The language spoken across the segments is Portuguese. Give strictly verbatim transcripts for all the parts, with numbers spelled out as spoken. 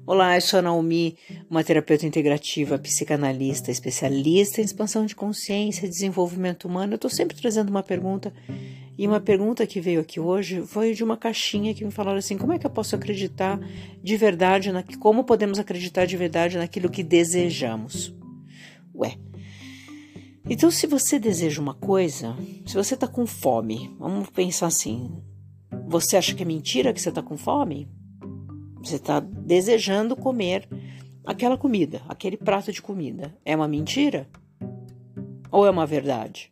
Olá, eu sou a Naomi, uma terapeuta integrativa, psicanalista, especialista em expansão de consciência e desenvolvimento humano. Eu estou sempre trazendo uma pergunta, e uma pergunta que veio aqui hoje foi de uma caixinha que me falaram assim: como é que eu posso acreditar de verdade, na, como podemos acreditar de verdade naquilo que desejamos? Ué, então se você deseja uma coisa, se você está com fome, vamos pensar assim, você acha que é mentira que você está com fome? Você está desejando comer aquela comida, aquele prato de comida. É uma mentira? Ou é uma verdade?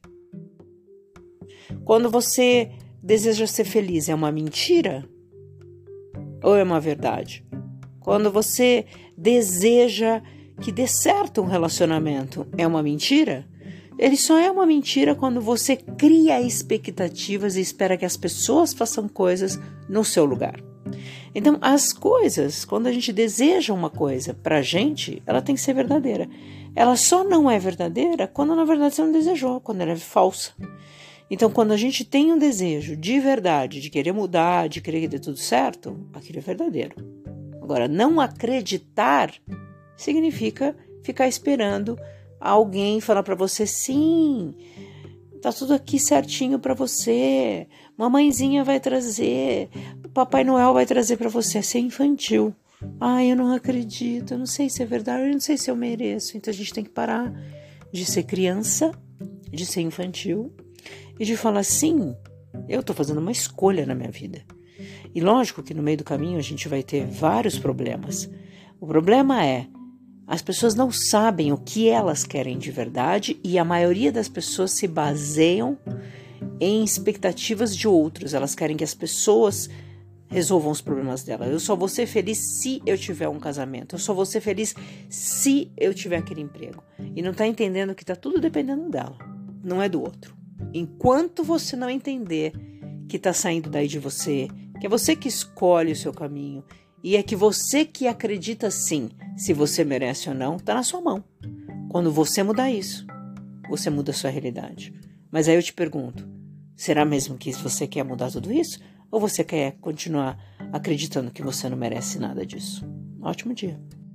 Quando você deseja ser feliz, é uma mentira? Ou é uma verdade? Quando você deseja que dê certo um relacionamento, é uma mentira? Ele só é uma mentira quando você cria expectativas e espera que as pessoas façam coisas no seu lugar. Então, as coisas, quando a gente deseja uma coisa pra gente, ela tem que ser verdadeira. Ela só não é verdadeira quando, na verdade, você não desejou, quando ela é falsa. Então, quando a gente tem um desejo de verdade, de querer mudar, de querer que dê tudo certo, aquilo é verdadeiro. Agora, não acreditar significa ficar esperando alguém falar pra você: sim, tá tudo aqui certinho pra você, mamãezinha vai trazer, Papai Noel vai trazer pra você. Ser infantil. Ai, eu não acredito, eu não sei se é verdade, eu não sei se eu mereço. Então a gente tem que parar de ser criança, de ser infantil e de falar: sim, eu tô fazendo uma escolha na minha vida. E lógico que no meio do caminho a gente vai ter vários problemas. O problema é, as pessoas não sabem o que elas querem de verdade e a maioria das pessoas se baseiam em expectativas de outros. Elas querem que as pessoas resolvam os problemas dela. Eu só vou ser feliz se eu tiver um casamento. Eu só vou ser feliz se eu tiver aquele emprego. E não está entendendo que está tudo dependendo dela, não é do outro. Enquanto você não entender que está saindo daí de você, que é você que escolhe o seu caminho, e é que você que acredita sim, se você merece ou não, está na sua mão. Quando você mudar isso, você muda a sua realidade. Mas aí eu te pergunto, será mesmo que você quer mudar tudo isso? Ou você quer continuar acreditando que você não merece nada disso? Ótimo dia.